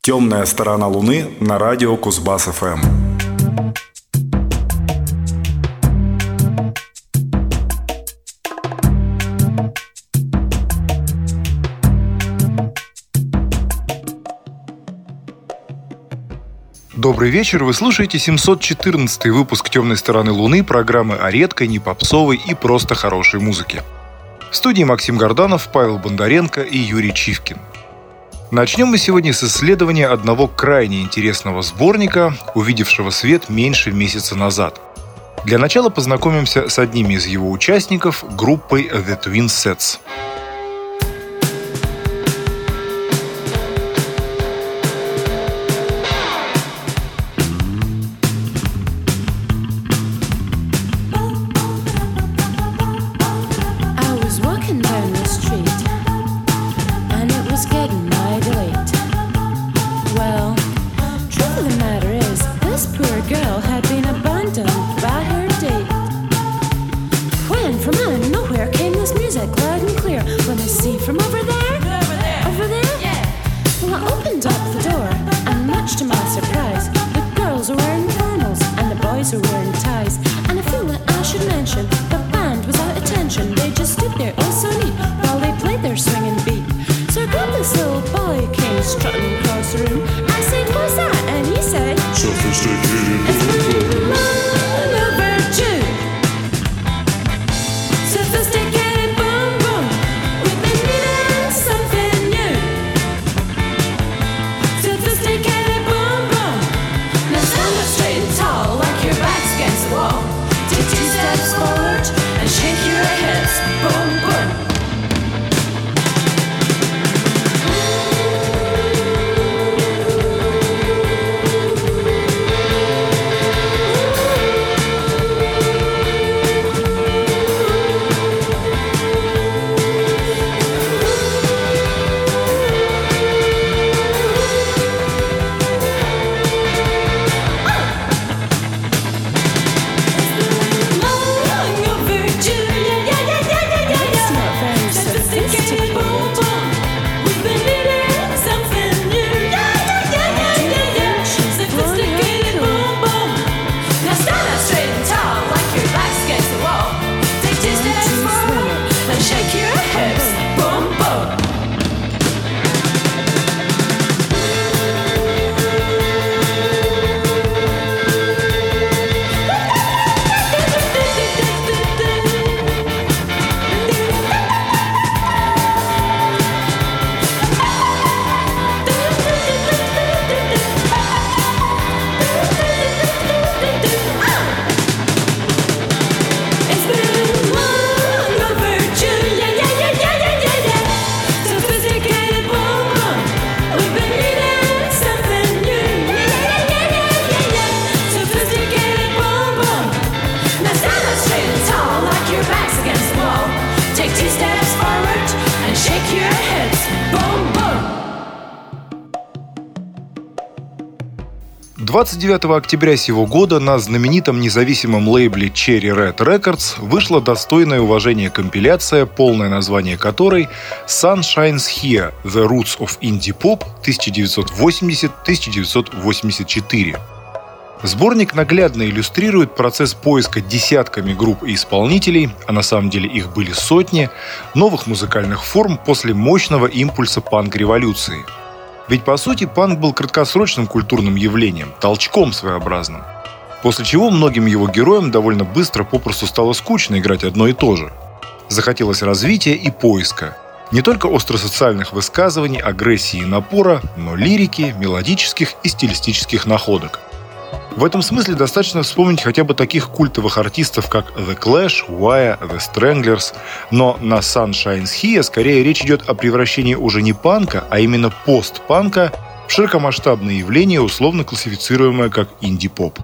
Темная сторона Луны на радио Кузбасс-ФМ. Добрый вечер, вы слушаете 714 выпуск «Темной стороны Луны», программы о редкой, не попсовой и просто хорошей музыке. В студии Максим Горданов, Павел Бондаренко и Юрий Чивкин. Начнем мы сегодня с исследования одного крайне интересного сборника, увидевшего свет меньше месяца назад. Для начала познакомимся с одними из его участников, группой The Twin Sets. Двадцать 29 октября сего года на знаменитом независимом лейбле Cherry Red Records вышла достойное уважения компиляция, полное название которой «Sun Shines Here – The Roots of Indie Pop 1980-1984». Сборник наглядно иллюстрирует процесс поиска десятками групп и исполнителей, а на самом деле их были сотни, новых музыкальных форм после мощного импульса панк-революции. Ведь, по сути, панк был краткосрочным культурным явлением, толчком своеобразным. После чего многим его героям довольно быстро попросту стало скучно играть одно и то же. Захотелось развития и поиска. Не только остросоциальных высказываний, агрессии и напора, но лирики, мелодических и стилистических находок. В этом смысле достаточно вспомнить хотя бы таких культовых артистов, как The Clash, Wire, The Stranglers. Но на Sun Shines Here скорее речь идет о превращении уже не панка, а именно постпанка в широкомасштабное явление, условно классифицируемое как инди-поп.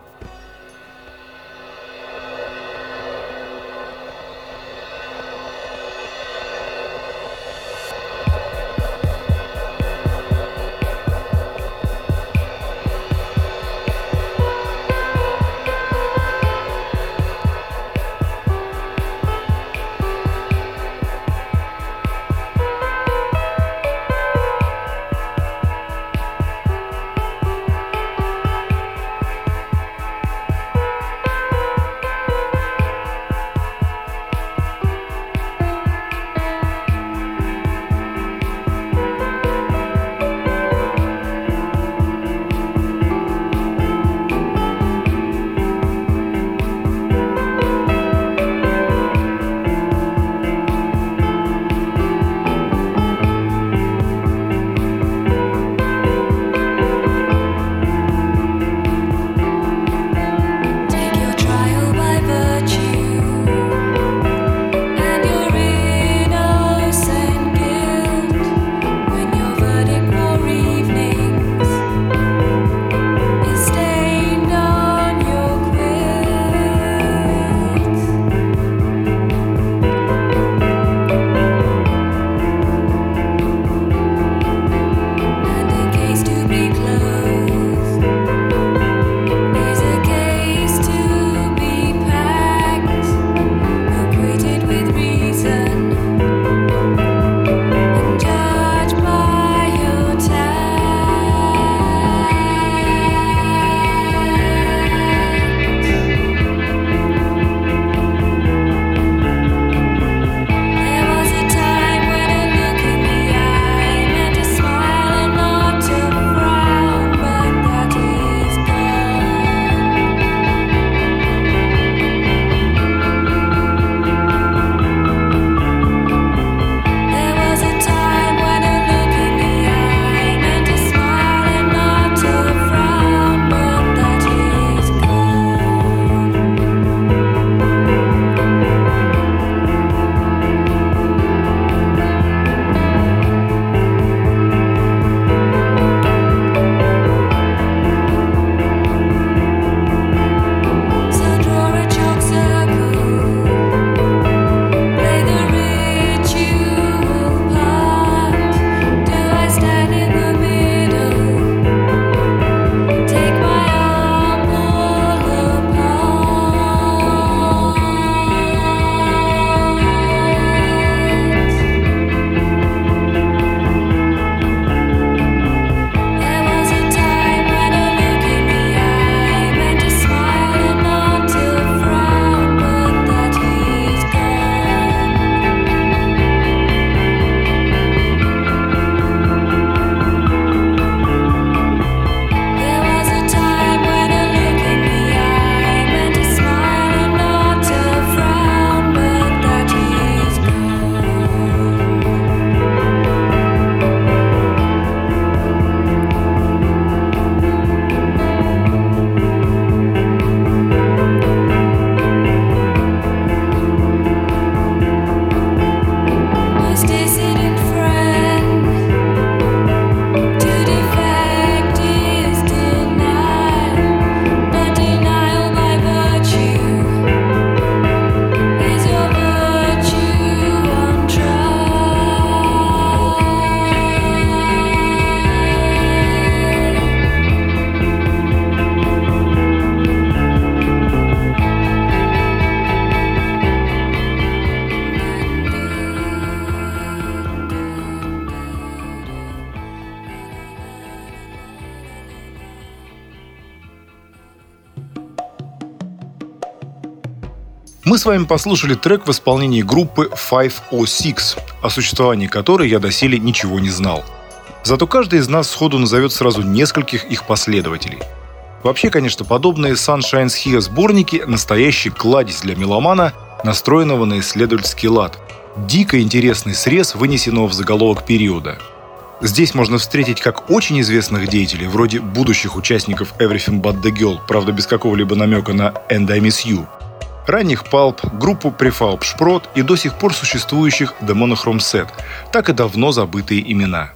Мы с вами послушали трек в исполнении группы 506, о существовании которой я доселе ничего не знал. Зато каждый из нас сходу назовет сразу нескольких их последователей. Вообще, конечно, подобные Sunshine's Here сборники – настоящий кладезь для меломана, настроенного на исследовательский лад. Дико интересный срез вынесенного в заголовок периода. Здесь можно встретить как очень известных деятелей, вроде будущих участников Everything But The Girl, правда без какого-либо намека на And I Miss You, ранних Pulp, группу Prefab Sprot и до сих пор существующих The Monochrome Set, так и давно забытые имена.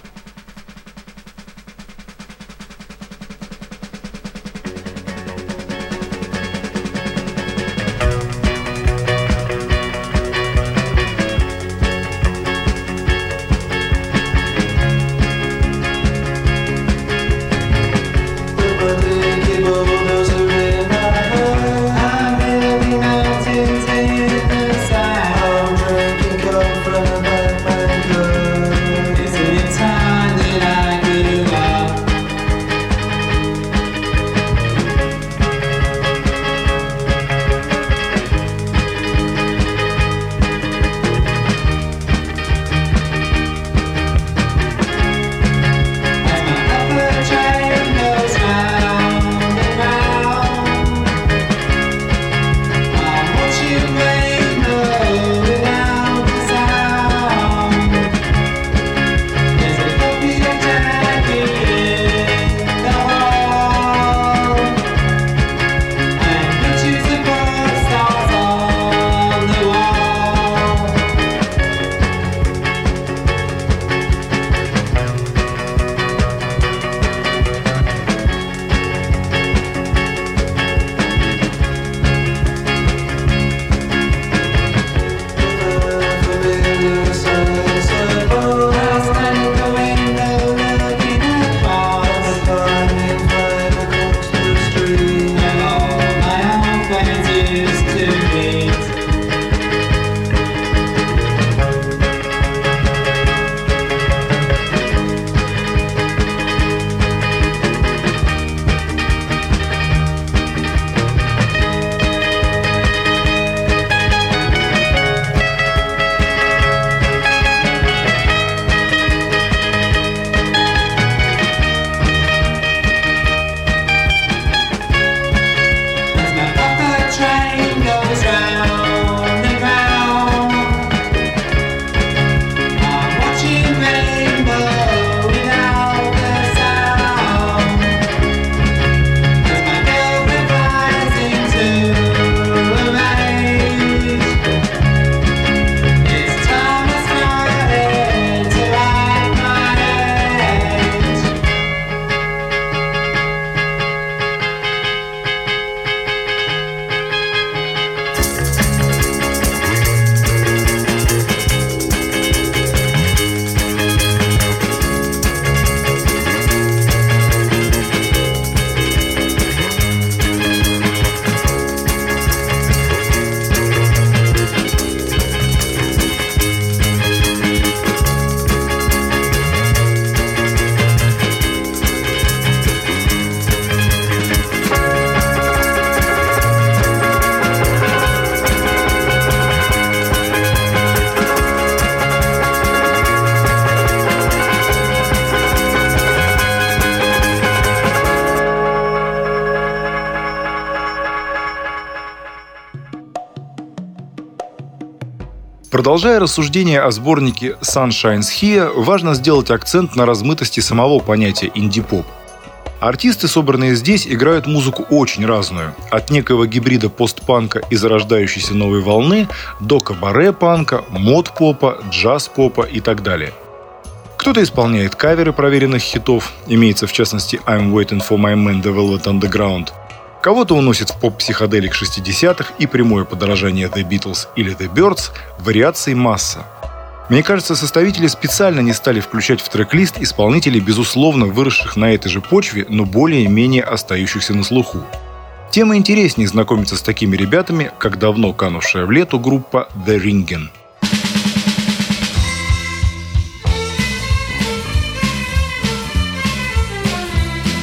Продолжая рассуждение о сборнике Sunshine's Here, важно сделать акцент на размытости самого понятия инди-поп. Артисты, собранные здесь, играют музыку очень разную. От некоего гибрида постпанка и зарождающейся новой волны до кабаре-панка, мод-попа, джаз-попа и так далее. Кто-то исполняет каверы проверенных хитов, имеется в частности I'm Waiting for My Man The Velvet Underground. Кого-то уносит в поп-психоделик 60-х и прямое подражание The Beatles или The Byrds, вариаций масса. Мне кажется, составители специально не стали включать в трек-лист исполнителей, безусловно, выросших на этой же почве, но более-менее остающихся на слуху. Тем и интереснее знакомиться с такими ребятами, как давно канувшая в лету группа The Ringen.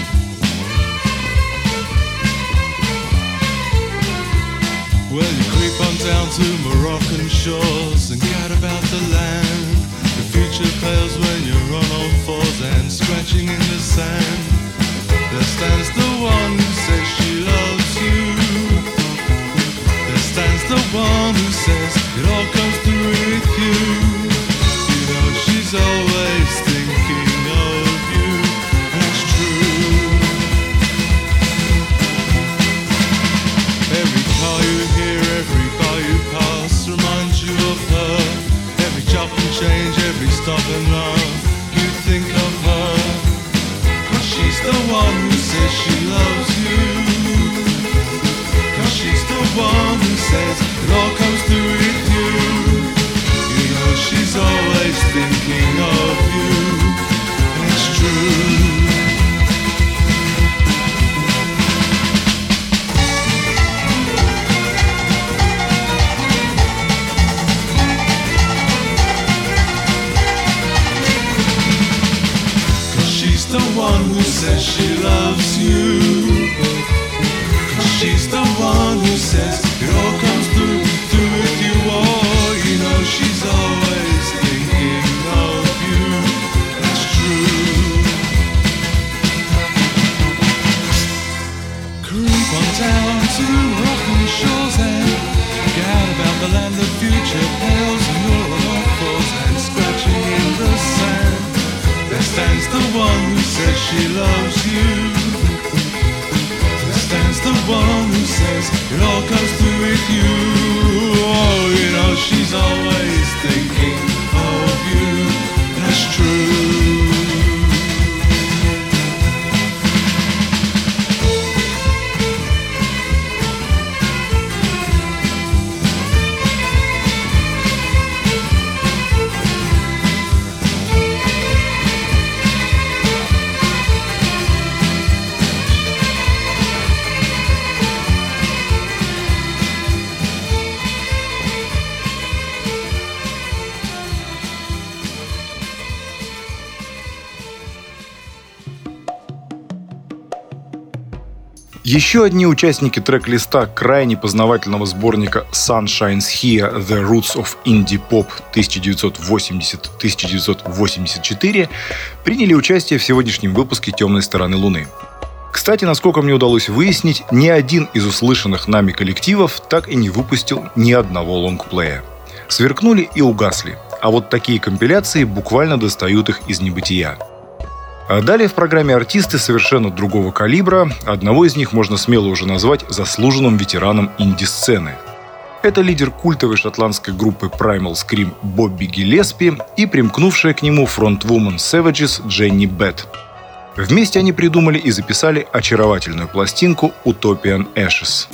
Well, you creep down to Moroccan shores and gad about the land. The future pales when you're on all fours and scratching in the sand. There stands the one who says she loves you. There stands the one who says it all comes through with you. You know she's always thinking of you, and it's true. Every car you hear, every bar you pass reminds you of her. Every chop and change, every stop and laugh, you think of her. 'Cause she's the one who says she loves you. 'Cause she's the one who says it all comes through with you. You know she's always thinking of you, and it's true. The one who says she loves you. 'Cause she's the one who says it all comes through with you. Oh, you know she's always thinking of you. That's true. Creep on down to Moroccan shores and forget about the land of future pales and you're on all fours and scratching in the sand. There stands the one who says she loves you. There stands the one who says it all comes through with you. Oh, you know she's always thinking of you. That's true. Еще одни участники трек-листа крайне познавательного сборника Sunshines Here – The Roots of Indie Pop 1980-1984 приняли участие в сегодняшнем выпуске «Темной стороны Луны». Кстати, насколько мне удалось выяснить, ни один из услышанных нами коллективов так и не выпустил ни одного лонгплея. Сверкнули и угасли, а вот такие компиляции буквально достают их из небытия. А далее в программе артисты совершенно другого калибра. Одного из них можно смело уже назвать заслуженным ветераном инди-сцены. Это лидер культовой шотландской группы Primal Scream Бобби Гиллеспи и примкнувшая к нему фронтвумен Savages Дженни Бетт. Вместе они придумали и записали очаровательную пластинку Utopian Ashes.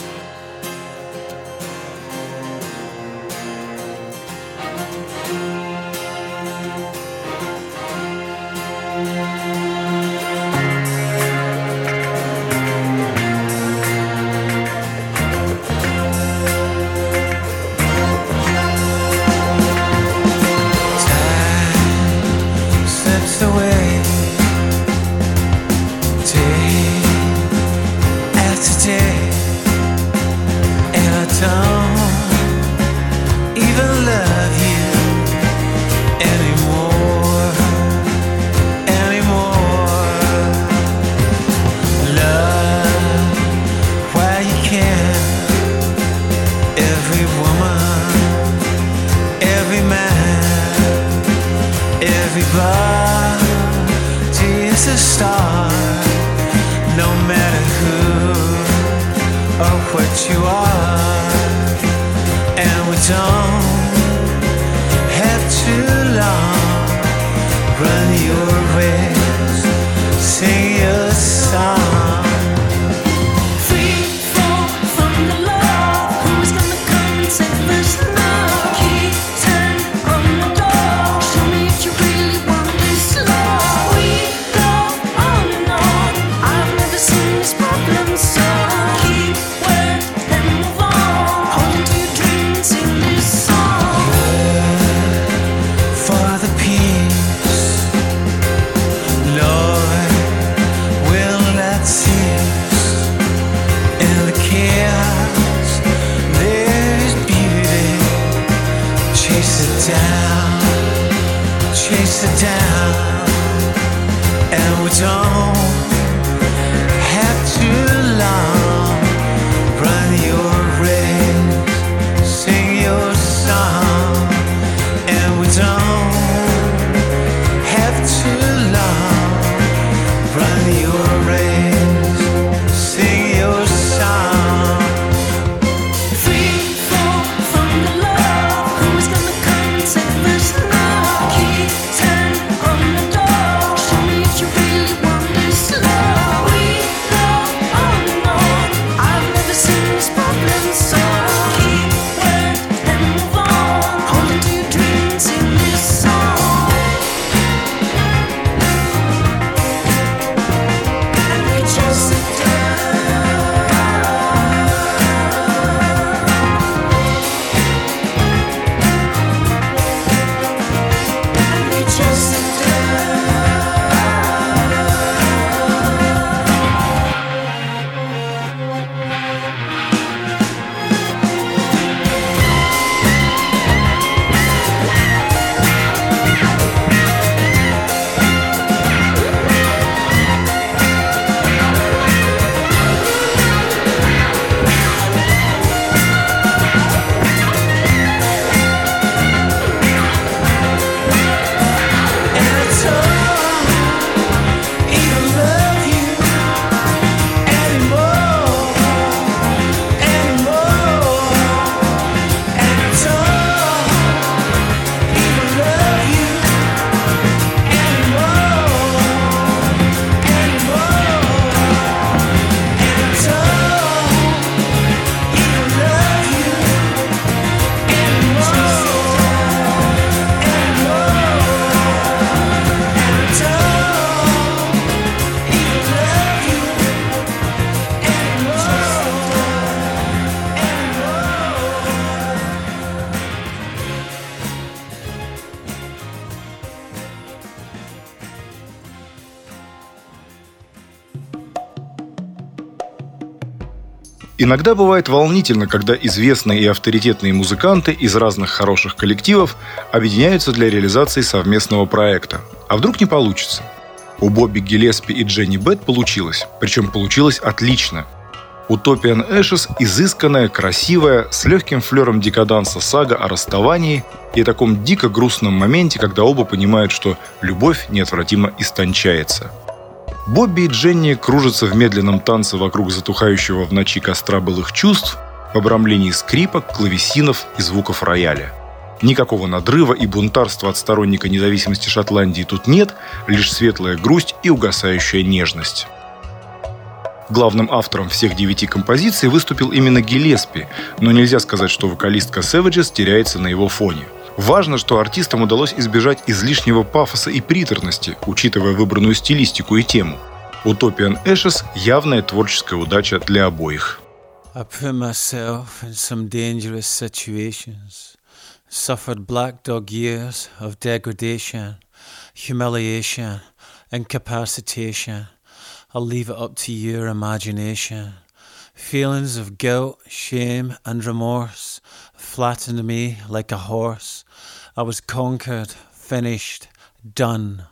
There is beauty. sit down, and we don't have too long. Run your race, sing your song, and we don't have too long. Run your race, sing your song. Free fall from the love, who is gonna come and save us now? Key turn on the door, show me if you really want this love. We go on and on, I've never seen this problem solved. Keep word and move on, hold on to your dreams in this song. And we just sit Иногда бывает волнительно, когда известные и авторитетные музыканты из разных хороших коллективов объединяются для реализации совместного проекта. А вдруг не получится? У Бобби Гиллеспи и Дженни Бетт получилось. Причем получилось отлично. Utopian Ashes – изысканная, красивая, с легким флером декаданса сага о расставании и таком дико грустном моменте, когда оба понимают, что любовь неотвратимо истончается. Бобби и Дженни кружатся в медленном танце вокруг затухающего в ночи костра былых чувств в обрамлении скрипок, клавесинов и звуков рояля. Никакого надрыва и бунтарства от сторонника независимости Шотландии тут нет, лишь светлая грусть и угасающая нежность. Главным автором всех 9 композиций выступил именно Гиллеспи, но нельзя сказать, что вокалистка Savages теряется на его фоне. Важно, что артистам удалось избежать излишнего пафоса и приторности, учитывая выбранную стилистику и тему. Utopian Ashes – явная творческая удача для обоих. I put myself in some dangerous situations, suffered black dog years of degradation, humiliation, incapacitation. I'll leave it up to your imagination. Feelings of guilt, shame and remorse flattened me like a horse. I was conquered, finished, done.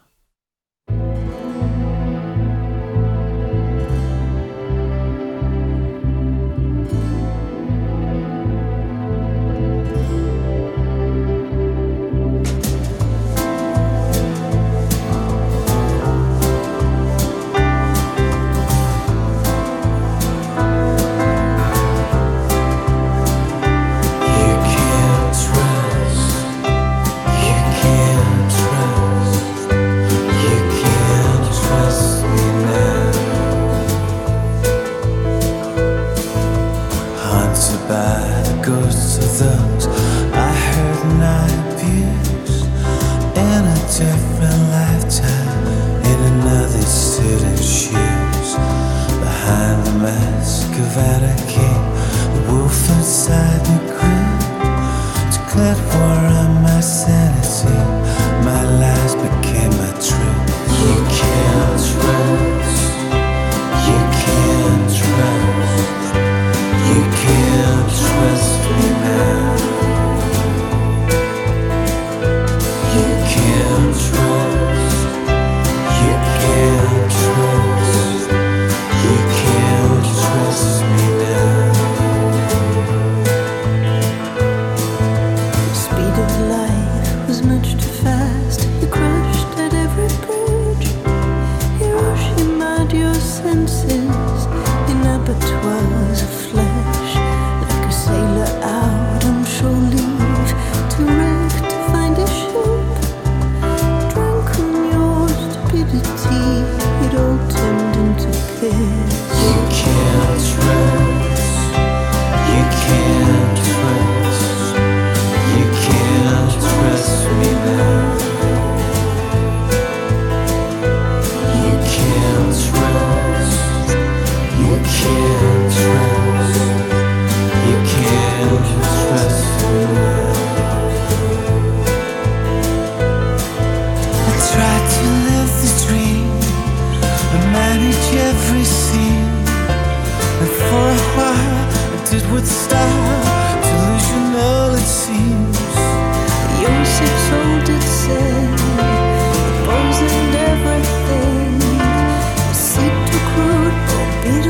trust.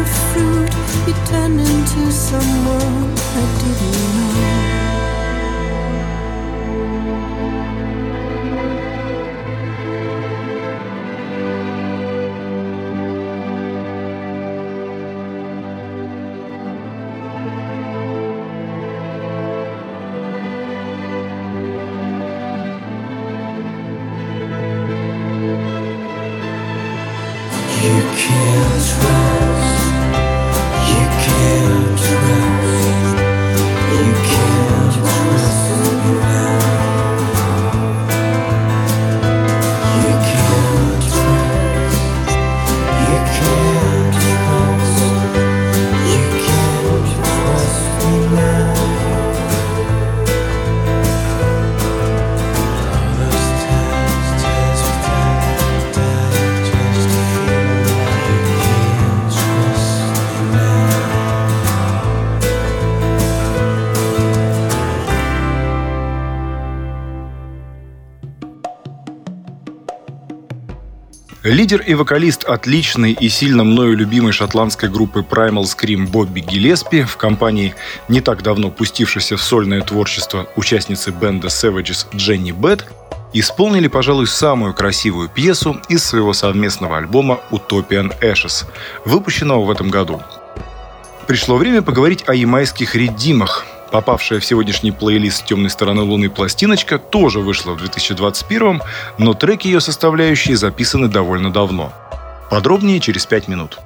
fruit, you turned into someone I didn't know. You can't trust, you can't trust, you can't trust me now. You can't trust, you can't trust, you can't trust me now. All those tears without dying just to feel. Лидер и вокалист отличной и сильно мною любимой шотландской группы Primal Scream Бобби Гиллеспи в компании не так давно пустившейся в сольное творчество участницы бенда Savages Дженни Бет исполнили, пожалуй, самую красивую пьесу из своего совместного альбома Utopian Ashes, выпущенного в этом году. Пришло время поговорить о ямайских редимах. Попавшая в сегодняшний плейлист «Темной стороны Луны» пластиночка тоже вышла в 2021-м, но треки ее составляющие записаны довольно давно. Подробнее через 5 минут.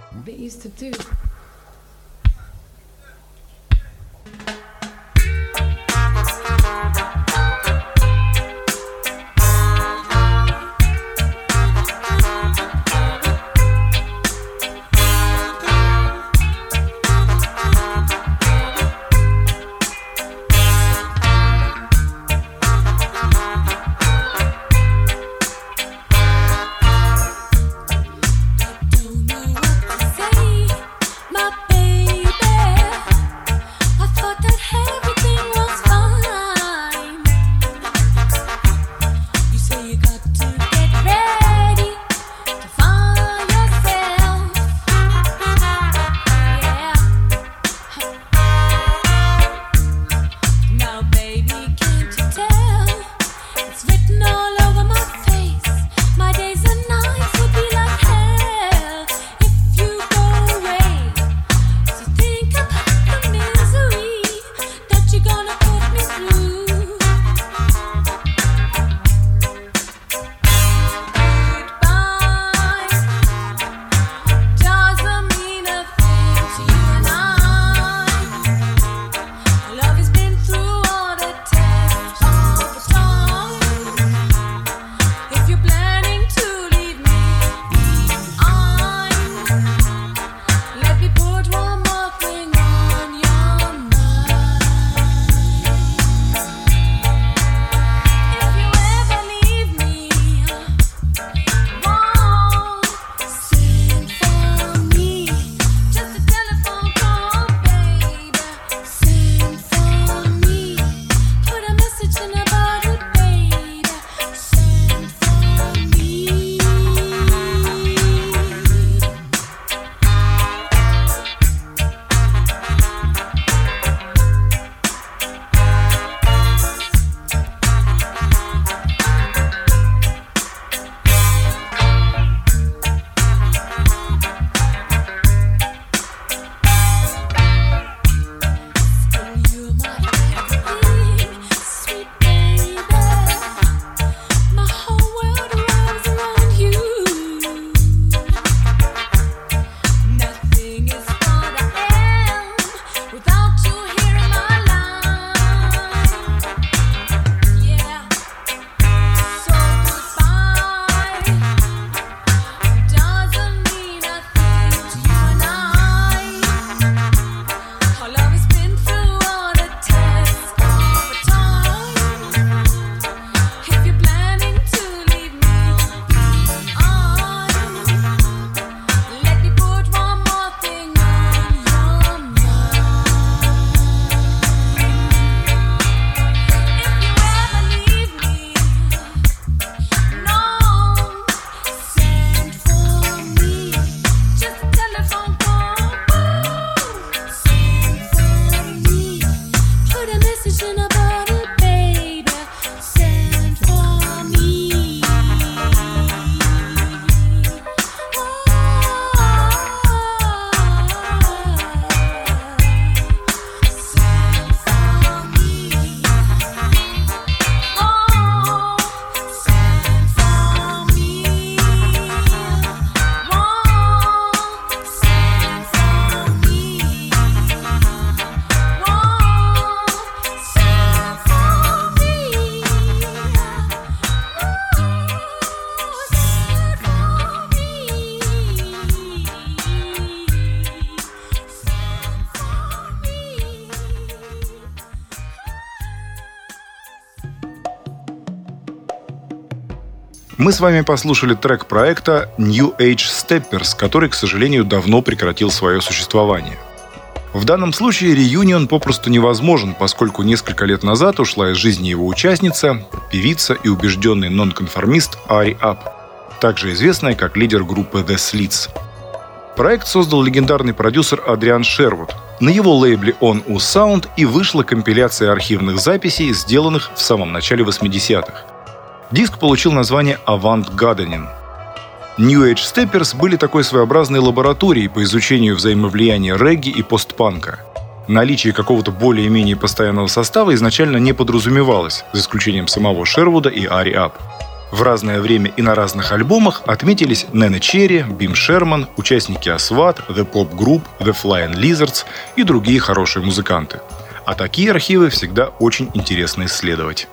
Мы с вами послушали трек проекта New Age Steppers, который, к сожалению, давно прекратил свое существование. В данном случае реюнион попросту невозможен, поскольку несколько лет назад ушла из жизни его участница, певица и убежденный нонконформист Ари Ап, также известная как лидер группы The Slits. Проект создал легендарный продюсер Адриан Шервуд. На его лейбле On Us Sound и вышла компиляция архивных записей, сделанных в самом начале 80-х. Диск получил название Avant Gardening. New Age Steppers были такой своеобразной лабораторией по изучению взаимовлияния регги и постпанка. Наличие какого-то более-менее постоянного состава изначально не подразумевалось, за исключением самого Шервуда и Ари Ап. В разное время и на разных альбомах отметились Нена Черри, Бим Шерман, участники Aswad, The Pop Group, The Flying Lizards и другие хорошие музыканты. А такие архивы всегда очень интересно исследовать.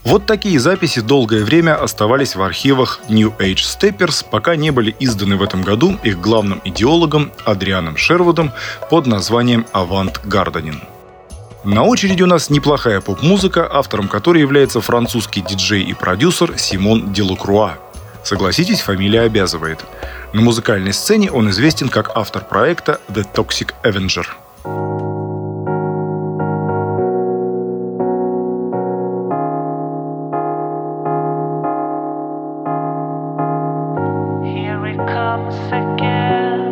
Вот такие записи долгое время оставались в архивах New Age Steppers, пока не были изданы в этом году их главным идеологом Адрианом Шервудом под названием «Avant Gardening». На очереди у нас неплохая поп-музыка, автором которой является французский диджей и продюсер Симон Делакруа. Согласитесь, фамилия обязывает. На музыкальной сцене он известен как автор проекта The Toxic Avenger. Here it comes again.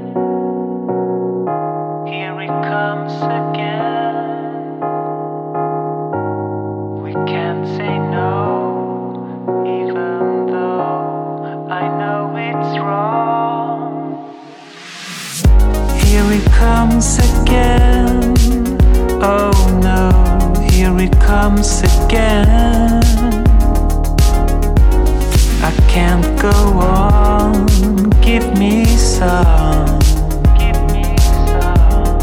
Here it comes again. We can't say no, even though I know it's wrong. Here it comes again. Oh no, here it comes again. I can't go on. Give me some. Give me some.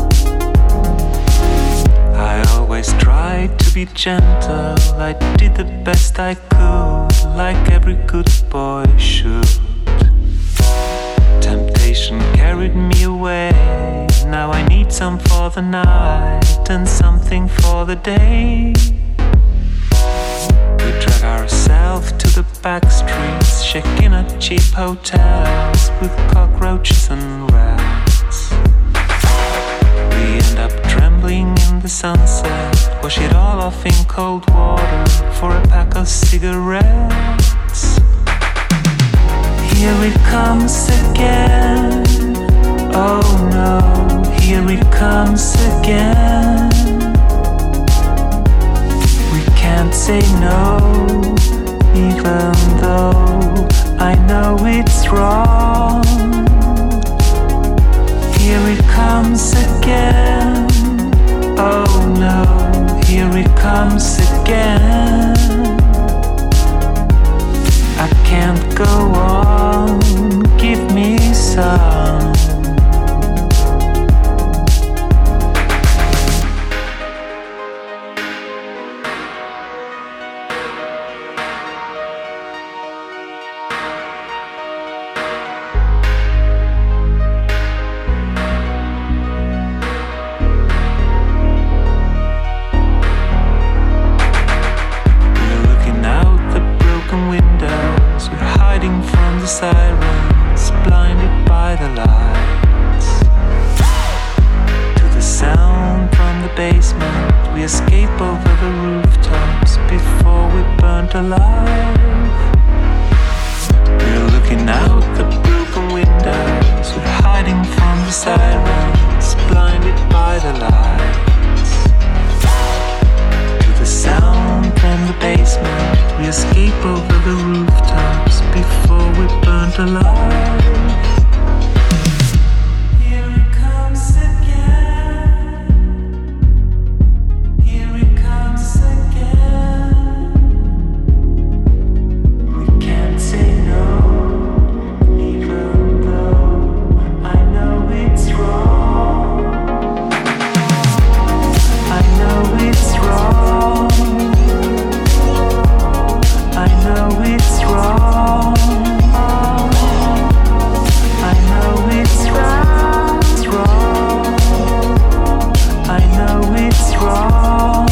I always tried to be gentle. I did the best I could, like every good boy should. Temptation carried me away. Now I need some for the night and something for the day. We drag ourselves to the back streets, checking at cheap hotels with cockroaches and rats. We end up trembling in the sunset, wash it all off in cold water for a pack of cigarettes. Here it comes again. Oh no, here it comes again. We can't say no, even though I know it's wrong. Here it comes again. Oh no, here it comes again. I can't go on. Give me some. Sirens, blinded by the lights. To the sound from the basement, we escape over the rooftops before we burnt alive. We're looking out the broken windows, we're hiding from the sirens, blinded by the lights. To the sound from the basement, we escape over the rooftops before we burnt alive. Here it comes again. Here it comes again. We can't say no, even though I know it's wrong. I know it's wrong. I know it's wrong. I know it's wrong. I know it's wrong.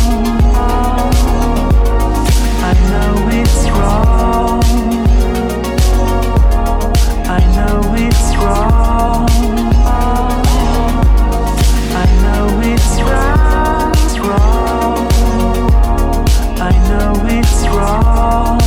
I know it's wrong. I know it's wrong. I know it's wrong. I know it's wrong.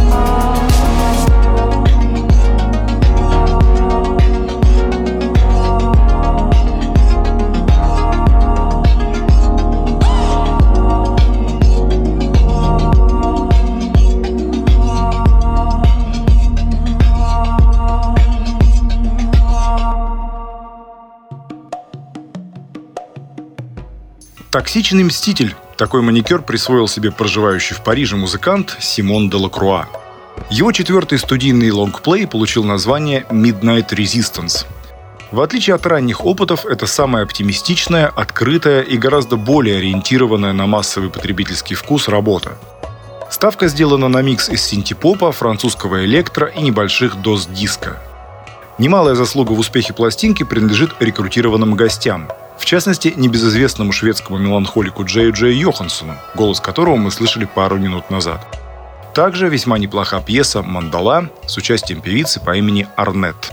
«Токсичный мститель» – такой маникюр присвоил себе проживающий в Париже музыкант Симон Делакруа. Его четвертый студийный лонгплей получил название «Midnight Resistance». В отличие от ранних опытов, это самая оптимистичная, открытая и гораздо более ориентированная на массовый потребительский вкус работа. Ставка сделана на микс из синти-попа, французского электро и небольших доз диска. Немалая заслуга в успехе пластинки принадлежит рекрутированным гостям. В частности, небезызвестному шведскому меланхолику Джею Йоханссону, голос которого мы слышали пару минут назад. Также весьма неплоха пьеса «Мандала» с участием певицы по имени Арнет.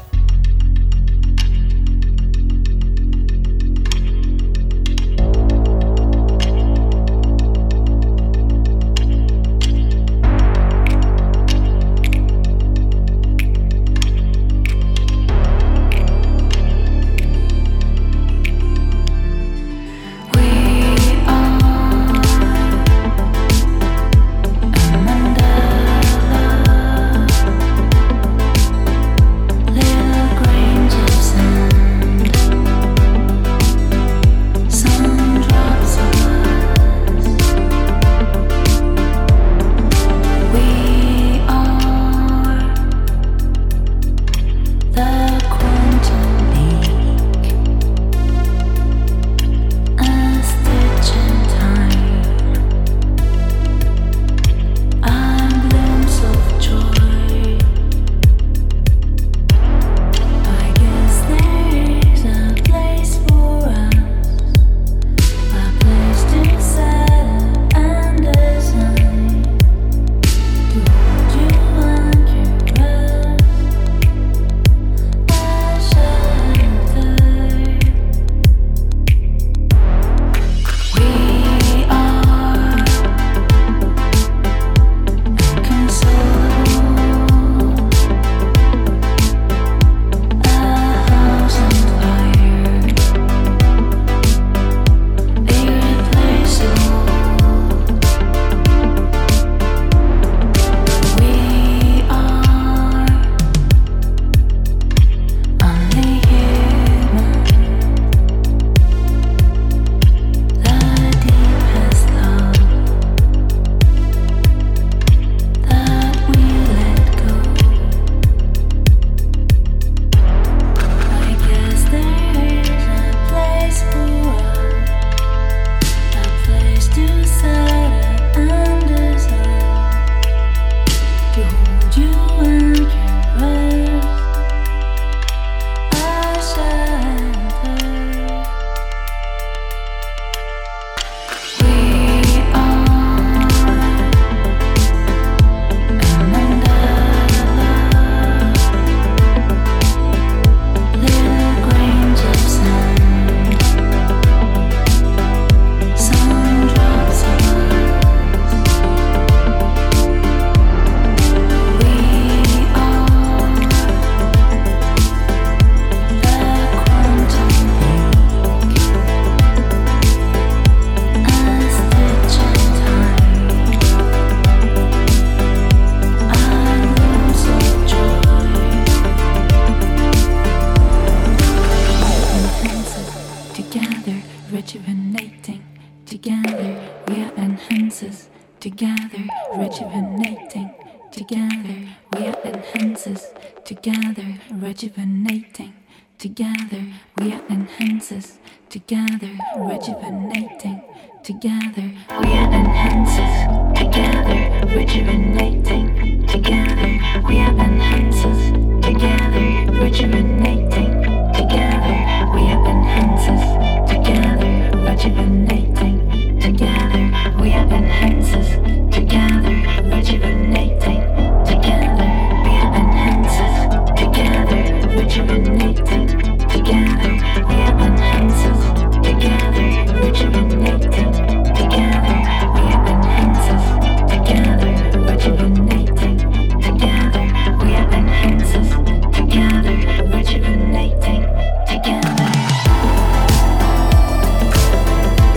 rejuvenating. Together we are enhancers. Together rejuvenating. Together we are enhancers. Together rejuvenating. Together we are enhancers. Together rejuvenating. Together we are enhancers. Together rejuvenating. Together we are enhancers. Together rejuvenating. Together we are enhancers. Together rejuvenating. Together we are enhancers. Together rejuvenating. Together we are enhancers. Together rejuvenating. Together we are enhancers. Together rejuvenating. Together.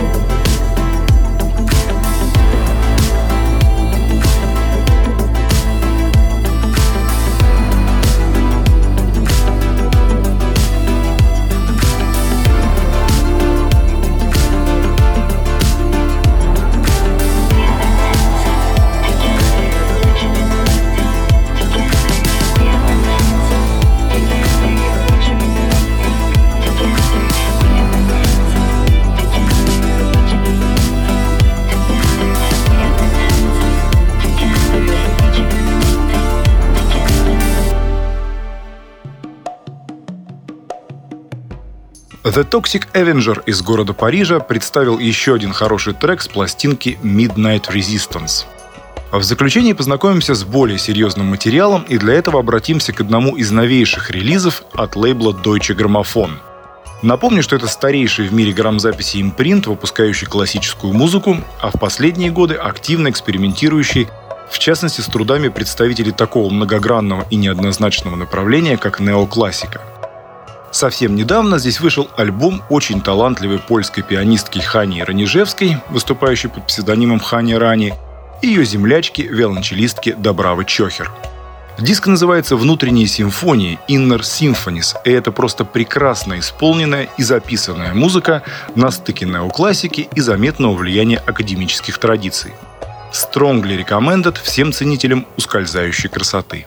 The Toxic Avenger из города Парижа представил еще один хороший трек с пластинки Midnight Resistance. В заключение познакомимся с более серьезным материалом и для этого обратимся к одному из новейших релизов от лейбла Deutsche Grammophon. Напомню, что это старейший в мире грамзаписи импринт, выпускающий классическую музыку, а в последние годы активно экспериментирующий, в частности, с трудами представителей такого многогранного и неоднозначного направления, как неоклассика. Совсем недавно здесь вышел альбом очень талантливой польской пианистки Хани Ранижевской, выступающей под псевдонимом Хани Рани, и ее землячки, виолончелистки Добравы Чохер. Диск называется «Внутренние симфонии» Inner Symphonies, и это просто прекрасно исполненная и записанная музыка на стыке неоклассики и заметного влияния академических традиций. Strongly recommended всем ценителям ускользающей красоты.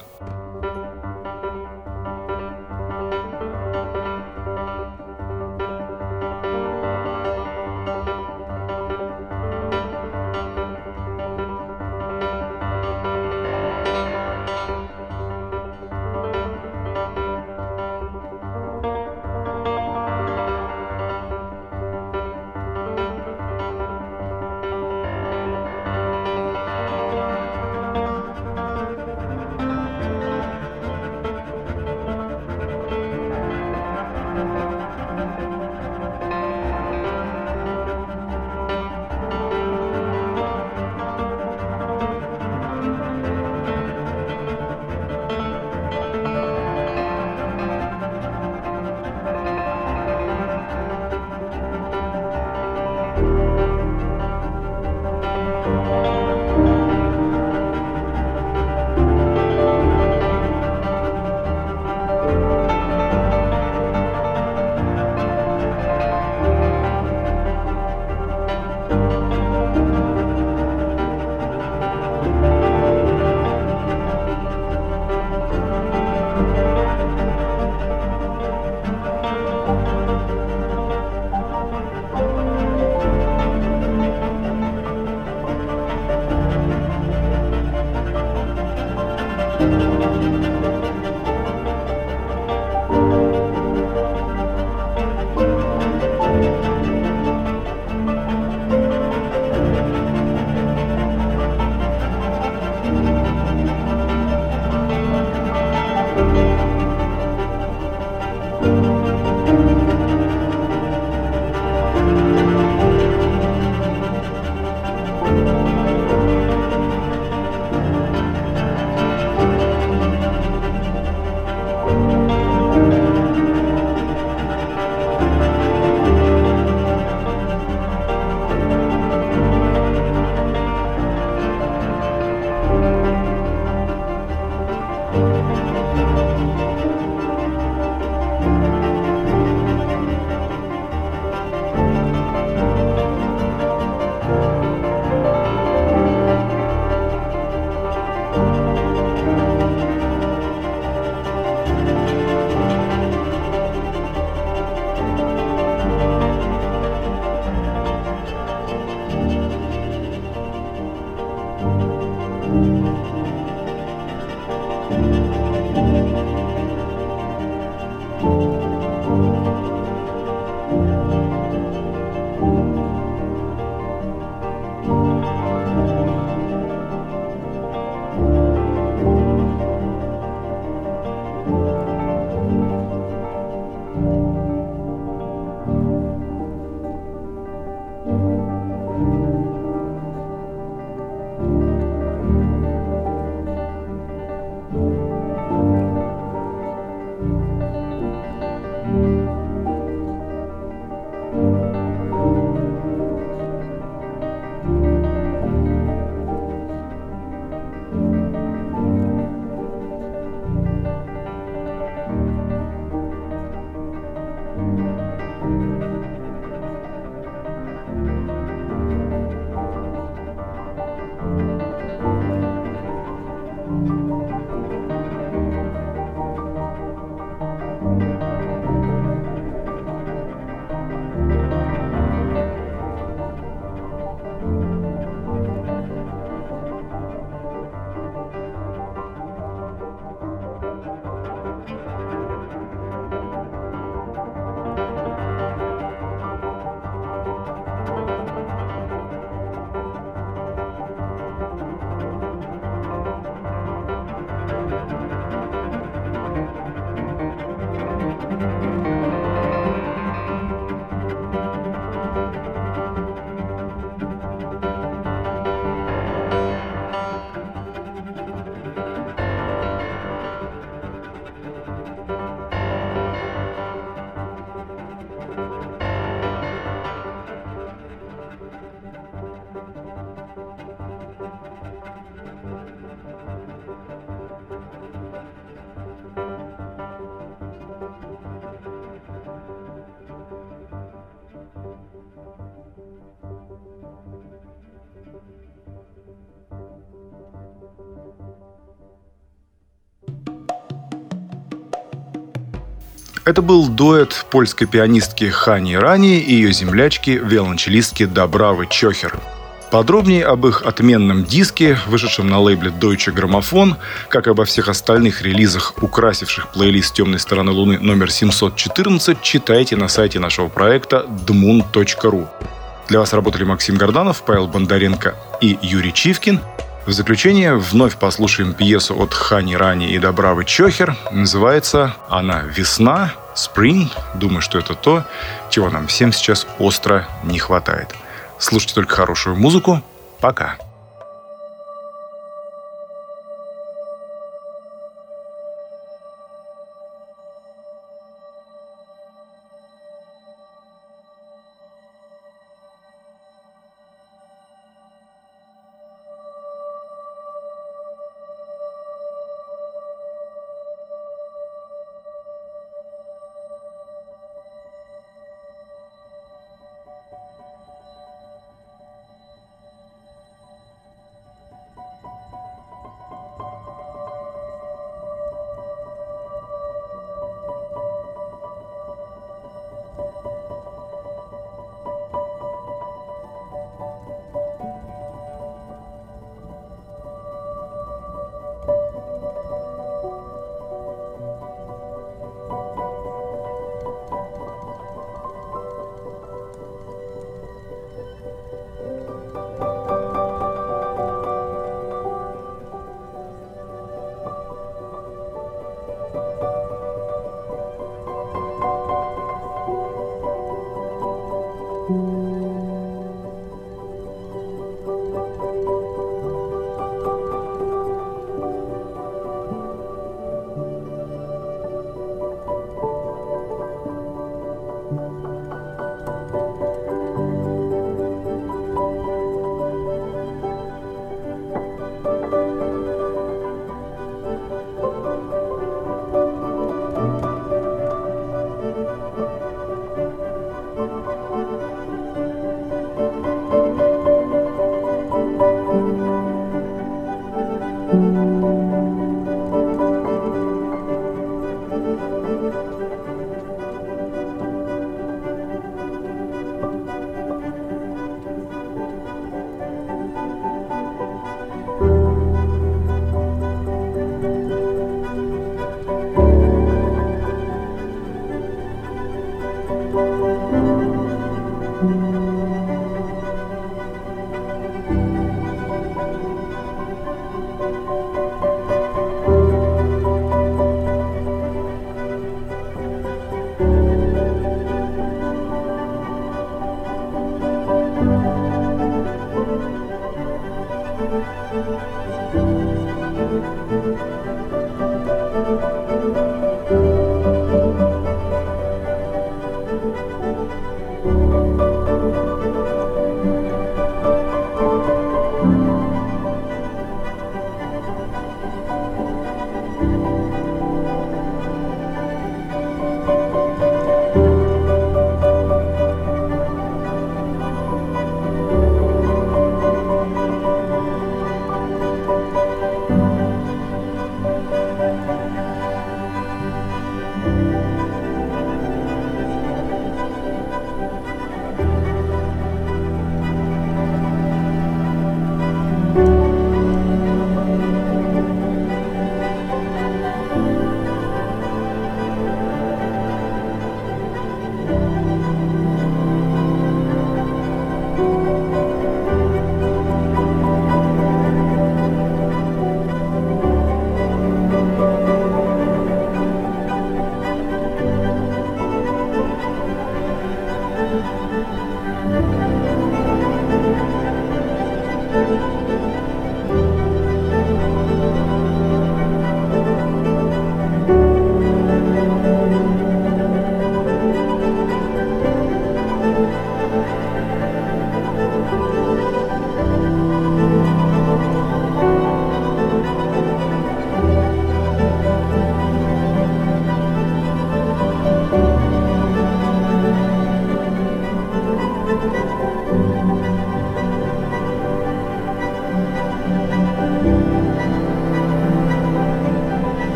Это был дуэт польской пианистки Хани Рани и ее землячки, виолончелистки Добравы Чохер. Подробнее об их отменном диске, вышедшем на лейбле Deutsche Grammophon, как и обо всех остальных релизах, украсивших плейлист «Темной стороны Луны» номер 714, читайте на сайте нашего проекта dmoon.ru. Для вас работали Максим Горданов, Павел Бондаренко и Юрий Чивкин. В заключение вновь послушаем пьесу от Хани Рани и Добравы Чохер. Называется она «Весна», «Spring». Думаю, что это то, чего нам всем сейчас остро не хватает. Слушайте только хорошую музыку. Пока.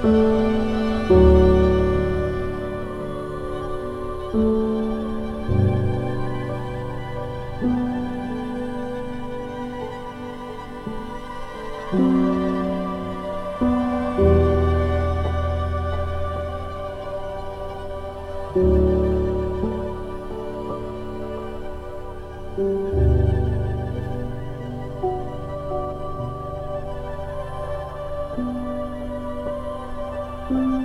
Thank you.